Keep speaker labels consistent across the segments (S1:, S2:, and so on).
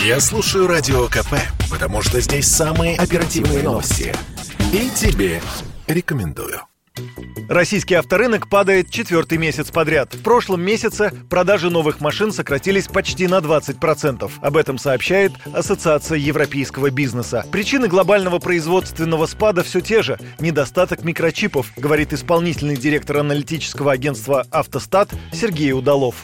S1: Я слушаю Радио КП, потому что здесь самые оперативные новости. И тебе рекомендую.
S2: Российский авторынок падает 4-й месяц подряд. В прошлом месяце продажи новых машин сократились почти на 20%. Об этом сообщает Ассоциация европейского бизнеса. Причины глобального производственного спада все те же. Недостаток микрочипов, говорит исполнительный директор аналитического агентства «Автостат» Сергей Удалов.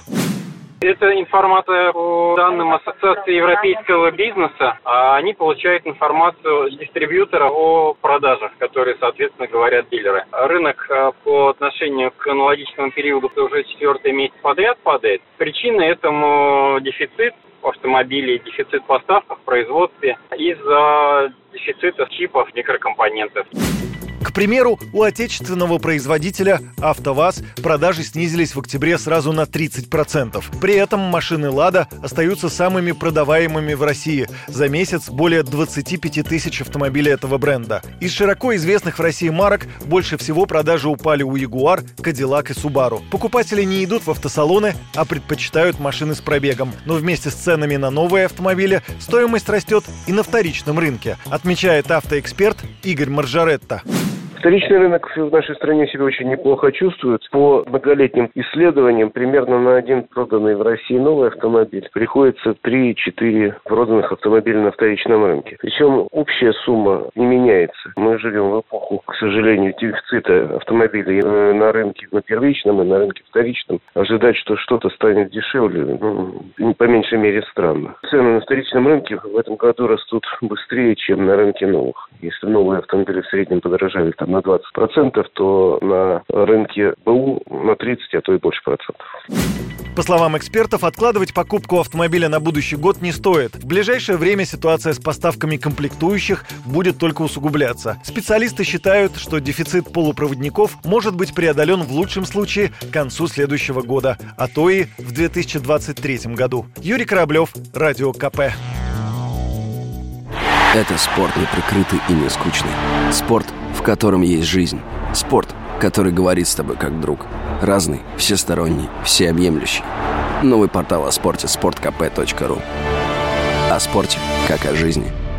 S3: Это информация по данным Ассоциации европейского бизнеса. Они получают информацию дистрибьютора о продажах, которые, соответственно, говорят дилеры. Рынок по отношению к аналогичному периоду уже 4-й месяц подряд падает. Причина этому дефицит автомобилей, дефицит поставок в производстве из-за дефицита чипов, микрокомпонентов.
S2: К примеру, у отечественного производителя «АвтоВАЗ» продажи снизились в октябре сразу на 30%. При этом машины «Лада» остаются самыми продаваемыми в России. За месяц более 25 тысяч автомобилей этого бренда. Из широко известных в России марок больше всего продажи упали у «Ягуар», «Кадиллак» и «Субару». Покупатели не идут в автосалоны, а предпочитают машины с пробегом. Но вместе с ценами на новые автомобили стоимость растет и на вторичном рынке, отмечает автоэксперт Игорь Маржаретта.
S4: Вторичный рынок в нашей стране себя очень неплохо чувствует. По многолетним исследованиям, примерно на один проданный в России новый автомобиль приходится 3-4 проданных автомобиля на вторичном рынке. Причем общая сумма не меняется. Мы живем в эпоху, к сожалению, дефицита автомобилей на рынке на первичном и на рынке вторичном. Ожидать, что что-то станет дешевле, по меньшей мере странно. Цены на вторичном рынке в этом году растут быстрее, чем на рынке новых. Если новые автомобили в среднем подорожали на 20%, то на рынке БУ на 30%, а то и больше процентов.
S2: По словам экспертов, откладывать покупку автомобиля на будущий год не стоит. В ближайшее время ситуация с поставками комплектующих будет только усугубляться. Специалисты считают, что дефицит полупроводников может быть преодолен в лучшем случае к концу следующего года, а то и в 2023 году. Юрий Кораблев, Радио КП.
S5: Это спорт неприкрытый и не скучный. Спорт, в котором есть жизнь. Спорт, который говорит с тобой как друг. Разный, всесторонний, всеобъемлющий. Новый портал о спорте – sportkp.ru. О спорте, как о жизни.